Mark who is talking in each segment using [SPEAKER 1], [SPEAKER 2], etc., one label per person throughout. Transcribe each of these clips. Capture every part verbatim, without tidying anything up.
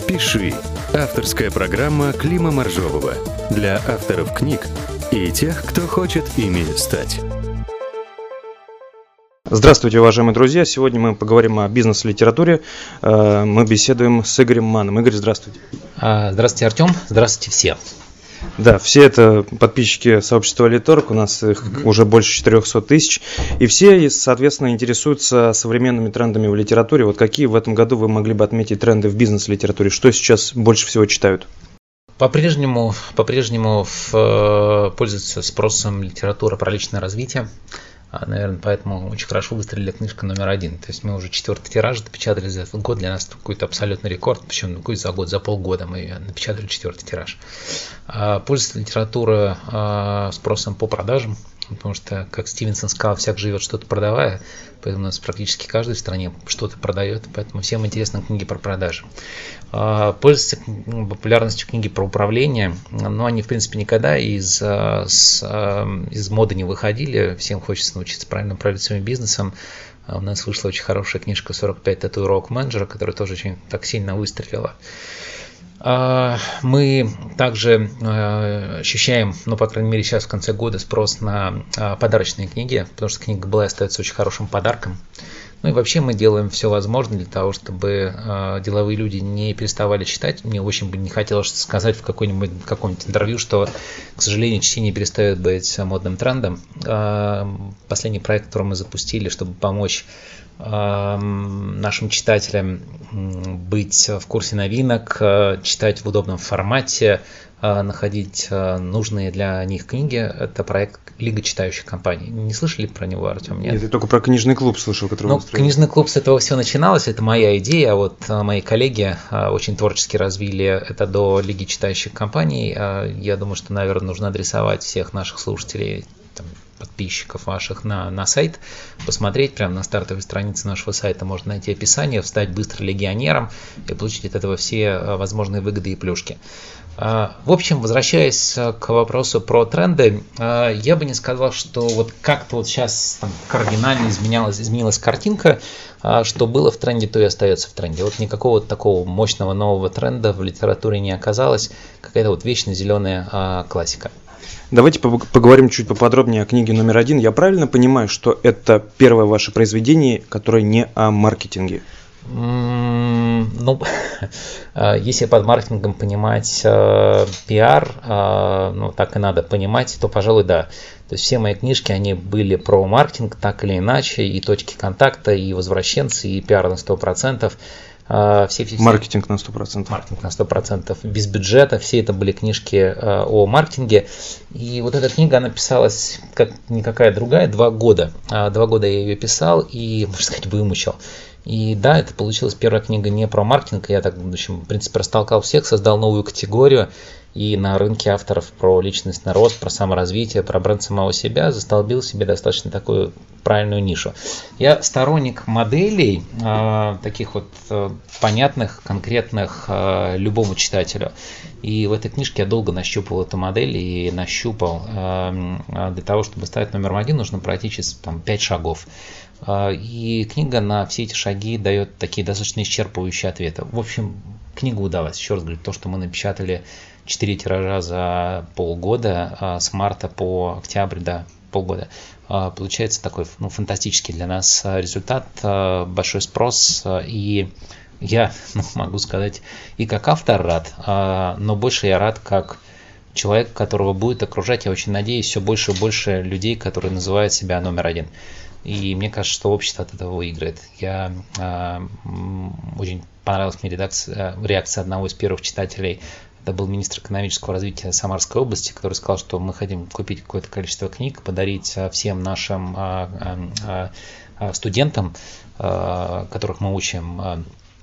[SPEAKER 1] «Пиши» – авторская программа Клима Моржового для авторов книг и тех, кто хочет ими стать.
[SPEAKER 2] Здравствуйте, уважаемые друзья! Сегодня мы поговорим о бизнес-литературе. Мы беседуем с Игорем Манном. Игорь, здравствуйте.
[SPEAKER 3] Здравствуйте, Артем. Здравствуйте все.
[SPEAKER 2] Да, все это подписчики сообщества Литорг, у нас их mm-hmm. уже больше четыреста тысяч, и все, соответственно, интересуются современными трендами в литературе. Вот какие в этом году вы могли бы отметить тренды в бизнес-литературе? Что сейчас больше всего читают?
[SPEAKER 3] По-прежнему, по-прежнему в, пользуется спросом литература про личное развитие. Наверное, поэтому очень хорошо выстрелила книжка номер один. То есть мы уже четвертый тираж допечатали за этот год. Для нас это какой-то абсолютный рекорд. Причем какой за год, за полгода мы ее напечатали четвертый тираж. Пользуется литература спросом по продажам. Потому что, как Стивенсон сказал, всяк живет что-то продавая. Поэтому у нас практически каждый в стране что-то продает. Поэтому всем интересны книги про продажи. Пользуются популярностью книги про управление. Но они, в принципе, никогда из, с, из моды не выходили. Всем хочется научиться правильно управлять своим бизнесом. У нас вышла очень хорошая книжка сорок пять татуировок менеджера, которая тоже очень так сильно выстрелила. Мы также ощущаем, ну, по крайней мере, сейчас в конце года спрос на подарочные книги, потому что книга была и остается очень хорошим подарком. Ну и вообще мы делаем все возможное для того, чтобы деловые люди не переставали читать. Мне очень бы не хотелось сказать в какой-нибудь каком-нибудь интервью, что, к сожалению, чтение перестает быть модным трендом. Последний проект, который мы запустили, чтобы помочь нашим читателям быть в курсе новинок, читать в удобном формате, находить нужные для них книги. Это проект Лига читающих компаний. Не слышали про него, Артем? Нет,
[SPEAKER 2] Нет, я только про книжный клуб слышал, который
[SPEAKER 3] ну, книжный клуб, с этого все начиналось, это моя идея, а вот мои коллеги очень творчески развили это до Лиги читающих компаний. Я думаю, что, наверное, нужно адресовать всех наших слушателей, там, подписчиков ваших на, на сайт, посмотреть прямо на стартовой странице нашего сайта, можно найти описание, стать быстро легионером и получить от этого все возможные выгоды и плюшки. В общем, возвращаясь к вопросу про тренды, я бы не сказал, что вот как-то вот сейчас там кардинально изменялась, изменилась картинка, что было в тренде, то и остается в тренде. Вот никакого такого мощного нового тренда в литературе не оказалось, какая-то вот вечно зеленая классика.
[SPEAKER 2] Давайте поговорим чуть поподробнее о книге номер один. Я правильно понимаю, что это первое ваше произведение, которое не о маркетинге?
[SPEAKER 3] Ну, если под маркетингом понимать э, пиар, э, ну, так и надо понимать, то, пожалуй, да. То есть все мои книжки, они были про маркетинг, так или иначе, и точки контакта, и возвращенцы, и пиар на сто процентов. Все, все, все.
[SPEAKER 2] Маркетинг на сто процентов.
[SPEAKER 3] Маркетинг на сто процентов. Без бюджета. Все это были книжки э, о маркетинге. И вот эта книга, она писалась как никакая другая, два года. А, два года я ее писал и, можно сказать, вымучил. И да, это получилась первая книга не про маркетинг. Я так, в общем, в принципе, растолкал всех, создал новую категорию. И на рынке авторов про личностный рост, про саморазвитие, про бренд самого себя застолбил себе достаточно такую правильную нишу. Я сторонник моделей, э, таких вот э, понятных, конкретных э, любому читателю. И в этой книжке я долго нащупывал эту модель и нащупал. Э, для того, чтобы стать номером один, нужно пройти через там, пять шагов. Э, и книга на все эти шаги дает такие достаточно исчерпывающие ответы. В общем, книга удалась. Еще раз говорю, то, что мы напечатали четыре тиража за полгода, с марта по октябрь, да, полгода. Получается такой, ну, фантастический для нас результат, большой спрос, и я, ну, могу сказать, и как автор рад, но больше я рад как человек, которого будет окружать, я очень надеюсь, все больше и больше людей, которые называют себя номер один. И мне кажется, что общество от этого выиграет. Я э, очень понравилась мне редакция, реакция одного из первых читателей. Это был министр экономического развития Самарской области, который сказал, что мы хотим купить какое-то количество книг, подарить всем нашим э, э, э, студентам, э, которых мы учим.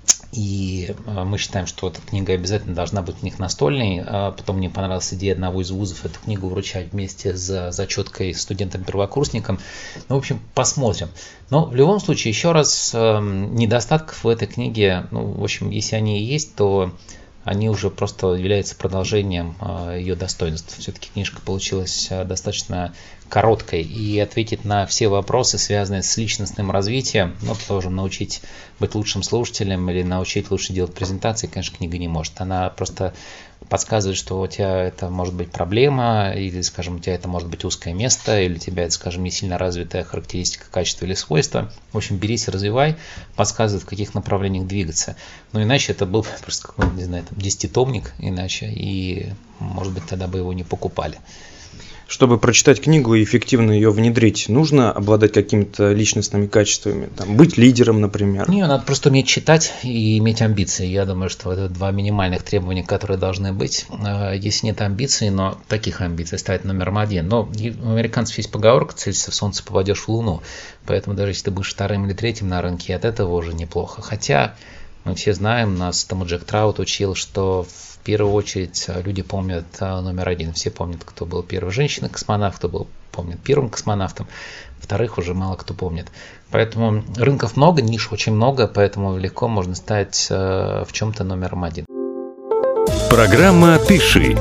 [SPEAKER 3] И мы считаем, что эта книга обязательно должна быть у них настольной. Потом мне понравилась идея одного из вузов эту книгу вручать вместе с зачеткой студентам-первокурсникам. Ну, в общем, посмотрим. Но в любом случае, еще раз, недостатков в этой книге, ну, в общем, если они и есть, то они уже просто являются продолжением ее достоинств. Все-таки книжка получилась достаточно короткой, и ответить на все вопросы, связанные с личностным развитием, ну, тоже научить быть лучшим слушателем или научить лучше делать презентации, конечно, книга не может. Она просто подсказывает, что у тебя это может быть проблема, или, скажем, у тебя это может быть узкое место, или у тебя это, скажем, не сильно развитая характеристика, качество или свойство. В общем, берись, развивай, подсказывает, в каких направлениях двигаться. Но иначе это был просто какой-то, не знаю, там, десятитомник иначе, и, может быть, тогда бы его не покупали.
[SPEAKER 2] Чтобы прочитать книгу и эффективно ее внедрить, нужно обладать какими-то личностными качествами, там, быть лидером, например?
[SPEAKER 3] Не, надо просто уметь читать и иметь амбиции. Я думаю, что это два минимальных требования, которые должны быть. Если нет амбиций, но таких амбиций ставить номером один. Но у американцев есть поговорка: целься в солнце, попадешь в луну. Поэтому даже если ты будешь вторым или третьим на рынке, от этого уже неплохо. Хотя мы все знаем, нас тому Джек Траут учил, что в первую очередь люди помнят номер один. Все помнят, кто был первой женщиной-космонавт, кто был, помнит первым космонавтом. Вторых уже мало кто помнит. Поэтому рынков много, ниш очень много, поэтому легко можно стать в чем-то номером один.
[SPEAKER 1] Программа «Пиши».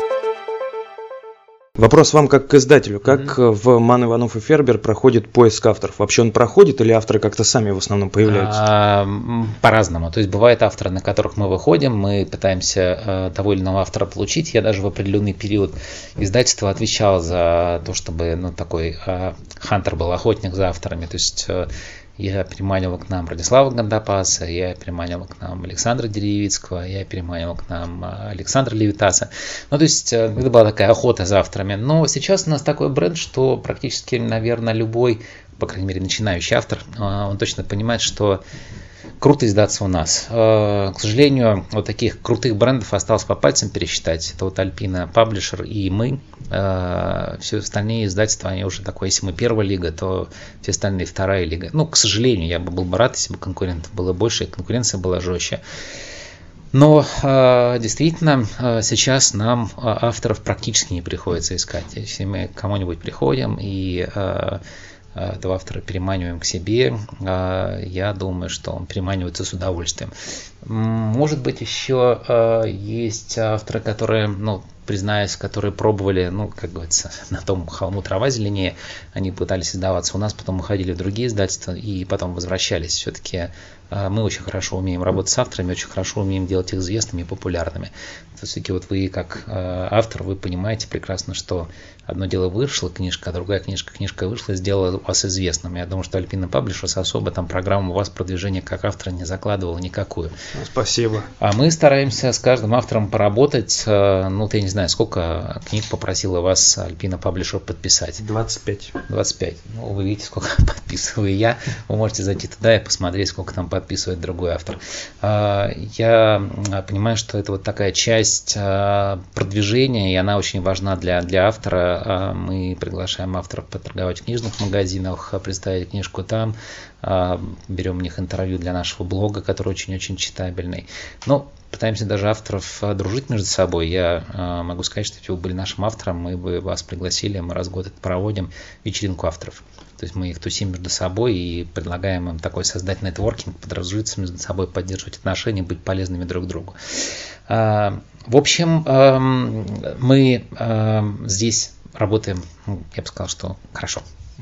[SPEAKER 2] Вопрос вам как к издателю. Как mm-hmm. в «Ман, Иванов и Фербер» проходит поиск авторов? Вообще он проходит или авторы как-то сами в основном появляются?
[SPEAKER 3] А, по-разному. То есть бывают авторы, на которых мы выходим, мы пытаемся а, того или иного автора получить. Я даже в определенный период издательства отвечал за то, чтобы ну, такой а, хантер был, охотник за авторами. То есть а, я переманивал к нам Радислава Гандапаса, я переманивал к нам Александра Деревицкого, я переманивал к нам Александра Левитаса. Ну, то есть, это была такая охота за авторами. Но сейчас у нас такой бренд, что практически, наверное, любой, по крайней мере, начинающий автор, он точно понимает, что круто издаться у нас. К сожалению, вот таких крутых брендов осталось по пальцам пересчитать. Это вот Альпина Паблишер и мы. Все остальные издательства, они уже такое, если мы первая лига, то все остальные вторая лига. Ну, к сожалению, я бы был бы рад, если бы конкурентов было больше, и конкуренция была жестче. Но действительно, сейчас нам авторов практически не приходится искать. Если мы к кому-нибудь приходим и этого автора переманиваем к себе, я думаю, что он переманивается с удовольствием. Может быть, еще есть авторы, которые, ну, признаюсь, которые пробовали, ну, как говорится, на том холму трава зеленее, они пытались издаваться у нас, потом уходили в другие издательства и потом возвращались. Все-таки мы очень хорошо умеем работать с авторами, очень хорошо умеем делать их известными и популярными. Все-таки вот вы как автор, вы понимаете прекрасно, что одно дело вышла книжка, а другая книжка, книжка вышла и сделала вас известным. Я думаю, что Альпина Паблишерс особо там программу у вас продвижения как автора не закладывала никакую.
[SPEAKER 2] Спасибо.
[SPEAKER 3] А мы стараемся с каждым автором поработать. Ну, я не знаю, сколько книг попросила вас Альпина Паблишер подписать?
[SPEAKER 2] двадцать пять.
[SPEAKER 3] двадцать пять. Ну, вы видите, сколько подписываю я. Вы можете зайти туда и посмотреть, сколько там подписывает другой автор. Я понимаю, что это вот такая часть продвижения, и она очень важна для, для автора. Мы приглашаем авторов поторговать в книжных магазинах, представить книжку там, берем у них интервью для нашего блога, который очень-очень читабельный. Ну, пытаемся даже авторов дружить между собой. Я могу сказать, что если бы вы были нашим автором, мы бы вас пригласили, мы раз в год это проводим, вечеринку авторов. То есть мы их тусим между собой и предлагаем им такой создать нетворкинг, подружиться между собой, поддерживать отношения, быть полезными друг другу. В общем, мы здесь работаем, я бы сказал, что хорошо.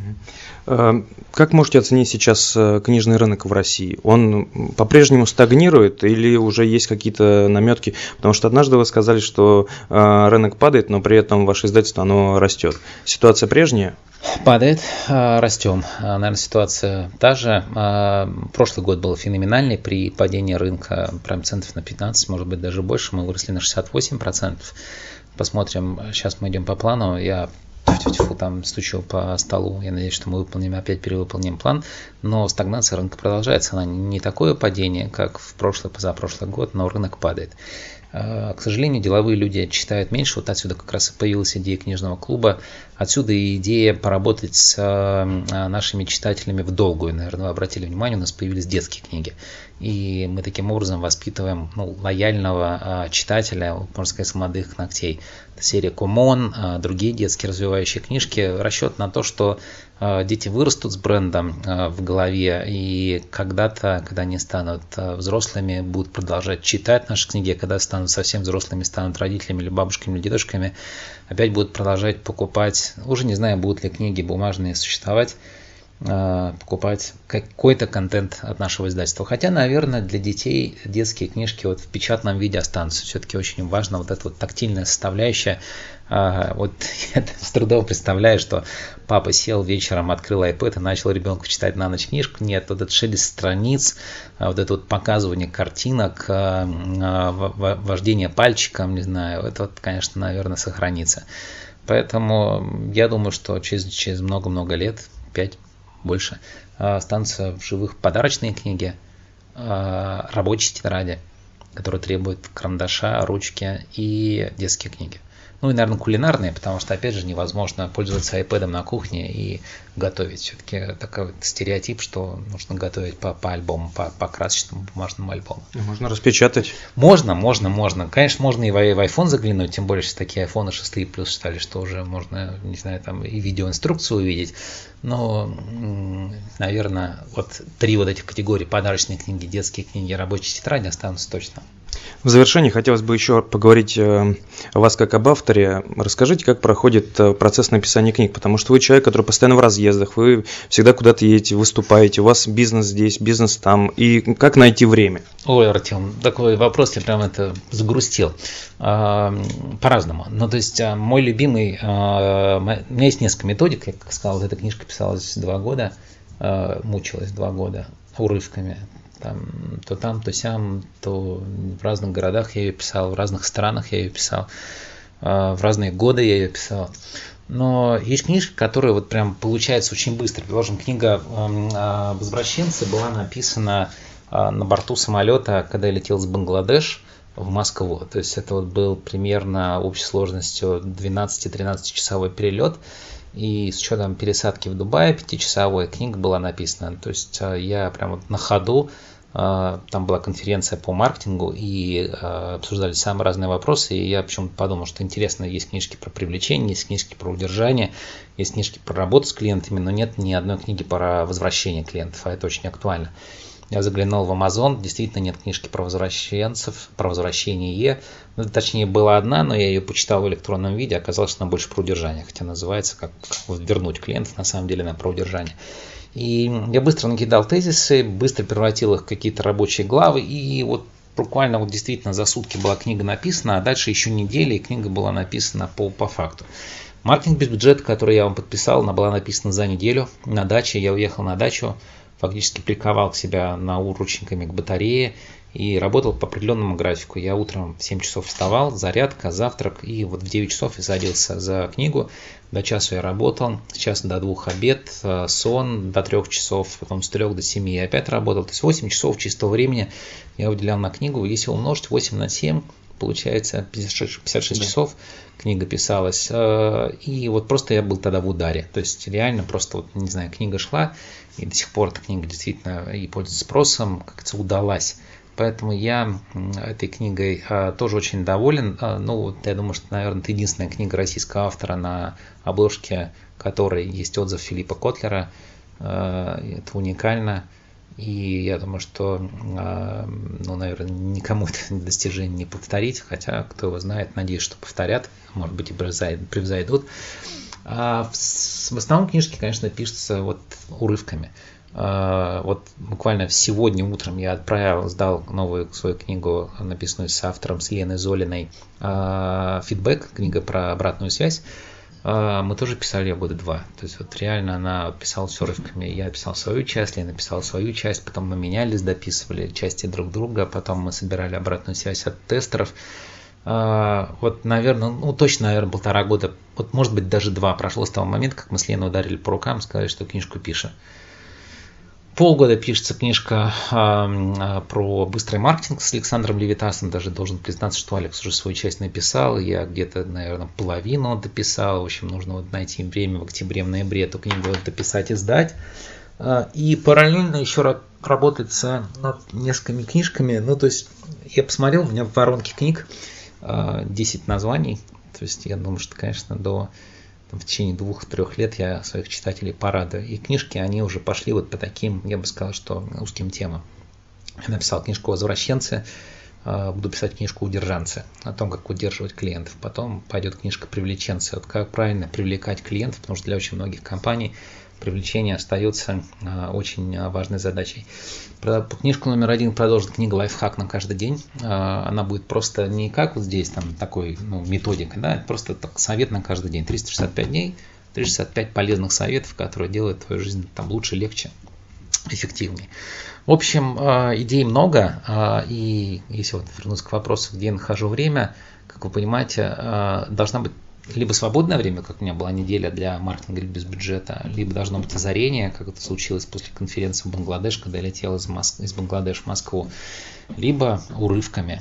[SPEAKER 2] Как можете оценить сейчас книжный рынок в России? Он по-прежнему стагнирует или уже есть какие-то наметки? Потому что однажды вы сказали, что рынок падает, но при этом ваше издательство оно растет. Ситуация прежняя?
[SPEAKER 3] Падает, растем. Наверное, ситуация та же. Прошлый год был феноменальный. При падении рынка прям процентов на пятнадцать, может быть даже больше. Мы выросли на шестьдесят восемь процентов. Посмотрим, сейчас мы идем по плану. Я тьфу-тьфу, там стучу по столу. Я надеюсь, что мы выполним, опять перевыполним план. Но стагнация рынка продолжается. Она не такое падение, как в прошлый, позапрошлый год, но рынок падает. К сожалению, деловые люди читают меньше. Вот отсюда как раз и появилась идея книжного клуба. Отсюда и идея поработать с нашими читателями в долгую. Наверное, вы обратили внимание, у нас появились детские книги. И мы таким образом воспитываем ну, лояльного читателя, можно сказать, с молодых ногтей. Это серия Комон, другие детские развивающие книжки. Расчет на то, что дети вырастут с брендом в голове, и когда-то, когда они станут взрослыми, будут продолжать читать наши книги, а когда станут совсем взрослыми, станут родителями или бабушками, или дедушками, опять будут продолжать покупать, уже не знаю, будут ли книги бумажные существовать, покупать какой-то контент от нашего издательства. Хотя, наверное, для детей детские книжки вот в печатном виде останутся. Все-таки очень важно вот эта вот тактильная составляющая. Вот я с трудом представляю, что папа сел вечером, открыл iPad и начал ребенку читать на ночь книжку. Нет, вот этот шелест страниц, вот это вот показывание картинок, вождение пальчиком, не знаю, это вот, конечно, наверное, сохранится. Поэтому я думаю, что через, через много-много лет, пять больше, останутся в живых подарочные книги, рабочие тетради, которые требуют карандаша, ручки, и детские книги. Ну и, наверное, кулинарные, потому что, опять же, невозможно пользоваться iPad'ом на кухне и готовить. Все-таки такой вот стереотип, что нужно готовить по, по альбому, по, по красочному бумажному альбому.
[SPEAKER 2] Можно распечатать. Можно,
[SPEAKER 3] можно, можно. Конечно, можно и в, в iPhone заглянуть, тем более, что такие iPhone шесть плюс стали, что уже можно, не знаю, там и видеоинструкцию увидеть. Но, наверное, вот три вот этих категории: подарочные книги, детские книги, рабочие тетради останутся точно.
[SPEAKER 2] В завершении хотелось бы еще поговорить о вас как об авторе. Расскажите, как проходит процесс написания книг, потому что вы человек, который постоянно в разъездах, вы всегда куда-то едете, выступаете, у вас бизнес здесь, бизнес там, и как найти время?
[SPEAKER 3] Ой, Артем, такой вопрос, я прям это загрустил. По-разному. Ну, то есть, мой любимый, у меня есть несколько методик, я как сказал, эта книжка писалась два года, мучилась два года урывками. Там, то там, то сям, то в разных городах я ее писал, в разных странах я ее писал, в разные годы я ее писал. Но есть книжки, которые вот прям получаются очень быстро. Предположим, книга «Возвращенцы» была написана на борту самолета, когда я летел с Бангладеш в Москву. То есть это вот был примерно общей сложностью двенадцати-тринадцати часовой перелет. И с учетом пересадки в Дубае пятичасовой книга была написана. То есть я прям вот на ходу, там была конференция по маркетингу, и обсуждали самые разные вопросы, и я почему-то подумал, что интересно, есть книжки про привлечение, есть книжки про удержание, есть книжки про работу с клиентами, но нет ни одной книги про возвращение клиентов, а это очень актуально. Я заглянул в Amazon, действительно нет книжки про возвращенцев, про возвращение. Ну, точнее, была одна, но я ее почитал в электронном виде, оказалось, что она больше про удержание, хотя называется как, как вернуть клиентов, на самом деле она про удержание. И я быстро накидал тезисы, быстро превратил их в какие-то рабочие главы, и вот буквально вот действительно за сутки была книга написана, а дальше еще недели, и книга была написана по, по факту. Маркетинг без бюджета, который я вам подписал, она была написана за неделю на даче, я уехал на дачу, фактически приковал себя науручниками к батарее и работал по определенному графику. Я утром в семь часов вставал, зарядка, завтрак, и вот в девять часов я садился за книгу. До часу я работал, с часа до двух обед, сон до трех часов, потом с трех до семи я опять работал. То есть восемь часов чистого времени я уделял на книгу. Если умножить восемь на семь, получается пятьдесят шесть
[SPEAKER 2] да.
[SPEAKER 3] часов книга писалась. И вот просто я был тогда в ударе. То есть реально просто, вот, не знаю, книга шла, и до сих пор эта книга действительно и пользуется спросом, как-то удалась. Поэтому я этой книгой тоже очень доволен. Ну, вот я думаю, что, наверное, это единственная книга российского автора, на обложке которой есть отзыв Филиппа Котлера. Это уникально. И я думаю, что, ну, наверное, никому это достижение не повторить, хотя, кто его знает, надеюсь, что повторят, может быть, и превзойдут. А в основном книжки, конечно, пишутся вот урывками. Вот буквально сегодня утром я отправил, сдал новую свою книгу, написанную с автором, с Леной Золиной, «Фидбэк», книга про обратную связь. Мы тоже писали ее года два. То есть вот реально она писала все урывками. Я писал свою часть, Лена писала свою часть, потом мы менялись, дописывали части друг друга, потом мы собирали обратную связь от тестеров. Вот, наверное, ну точно, наверное, полтора года, вот может быть даже два прошло с того момента, как мы с Леной ударили по рукам, сказали, что книжку пишем. полгода пишется книжка э, про быстрый маркетинг с Александром Левитасом. Даже должен признаться, что Алекс уже свою часть написал. Я где-то, наверное, половину дописал. В общем, нужно вот найти время в октябре, в ноябре эту книгу дописать и сдать. Э, и параллельно еще работается над несколькими книжками. Ну, то есть, я посмотрел, у меня в воронке книг э, десять названий. То есть, я думаю, что, конечно, до... в течение двух-трех лет я своих читателей порадую. И книжки, они уже пошли вот по таким, я бы сказал, что узким темам. Я написал книжку «Возвращенцы», буду писать книжку «Удержанцы», о том, как удерживать клиентов. Потом пойдет книжка «Привлеченцы», вот как правильно привлекать клиентов, потому что для очень многих компаний привлечение остается очень важной задачей. Книжку номер один продолжит книга «Лайфхак на каждый день». Она будет просто не как вот здесь, там такой ну, методика, да, просто так, совет на каждый день. триста шестьдесят пять дней, триста шестьдесят пять полезных советов, которые делают твою жизнь там лучше, легче, эффективнее. В общем, идей много, и если вот вернуться к вопросу, где я нахожу время, как вы понимаете, должна быть либо свободное время, как у меня была неделя для маркетинга без бюджета, либо должно быть озарение, как это случилось после конференции в Бангладеш, когда я летел из, Моск... из Бангладеш в Москву, либо урывками.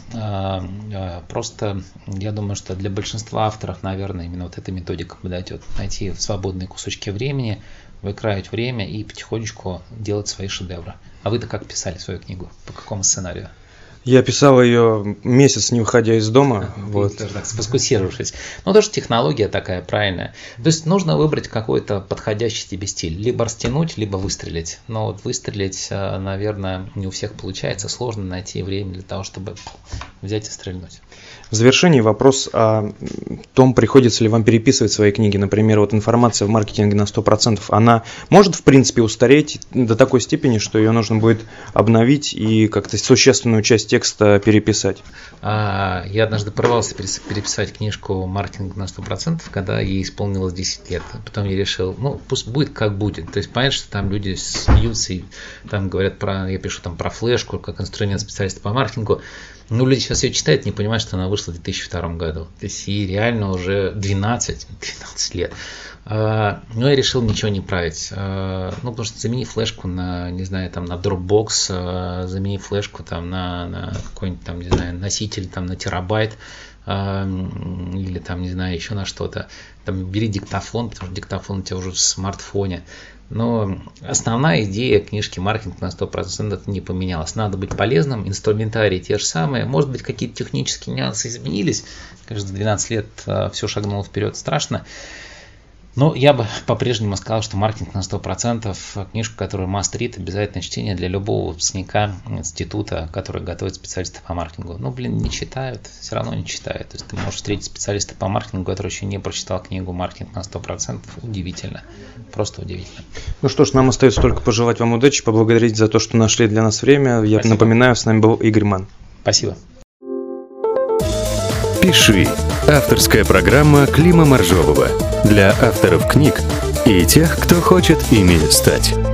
[SPEAKER 3] Просто я думаю, что для большинства авторов, наверное, именно вот эта методика подойдет. Найти свободные кусочки времени, выкраивать время и потихонечку делать свои шедевры. А вы-то как писали свою книгу? По какому сценарию?
[SPEAKER 2] Я писал ее месяц, не выходя из дома.
[SPEAKER 3] А,
[SPEAKER 2] вот.
[SPEAKER 3] Тоже так сфокусировавшись. Ну, тоже технология такая правильная. То есть нужно выбрать какой-то подходящий тебе стиль. Либо растянуть, либо выстрелить. Но вот выстрелить, наверное, не у всех получается. Сложно найти время для того, чтобы взять и стрельнуть.
[SPEAKER 2] В завершении вопрос о том, приходится ли вам переписывать свои книги. Например, вот информация в маркетинге на сто процентов, она может, в принципе, устареть до такой степени, что ее нужно будет обновить и как-то существенную часть текста переписать?
[SPEAKER 3] А, я однажды порвался переписать книжку «Маркетинг на сто процентов», когда ей исполнилось десять лет. Потом я решил, ну, пусть будет как будет. То есть, понятно, что там люди смеются и там говорят про, я пишу там про флешку, как инструмент специалиста по маркетингу. Ну, люди сейчас ее читают, не понимают, что она вышла в две тысячи втором году. То есть, ей реально уже двенадцать лет. Но я решил ничего не править. Ну, потому что замени флешку на, не знаю, там, на Dropbox, замени флешку там на, на какой-нибудь там, не знаю, носитель там на терабайт, или там, не знаю, еще на что-то. Там бери диктофон, потому что диктофон у тебя уже в смартфоне. Но основная идея книжки «Маркетинг на сто процентов» не поменялась. Надо быть полезным, инструментарий те же самые. Может быть, какие-то технические нюансы изменились. Конечно, за двенадцать лет все шагнуло вперед, страшно. Но я бы по-прежнему сказал, что «Маркетинг на сто процентов» – книжка, которая must read, обязательное чтение для любого выпускника института, который готовит специалистов по маркетингу. Ну, блин, не читают, все равно не читают. То есть ты можешь встретить специалиста по маркетингу, который еще не прочитал книгу «Маркетинг на сто процентов». Удивительно, просто удивительно.
[SPEAKER 2] Ну что ж, нам остается только пожелать вам удачи, поблагодарить за то, что нашли для нас время. Я Спасибо. Напоминаю, с нами был Игорь Манн.
[SPEAKER 3] Спасибо.
[SPEAKER 1] «Пиши» – авторская программа Клима Моржового для авторов книг и тех, кто хочет ими стать.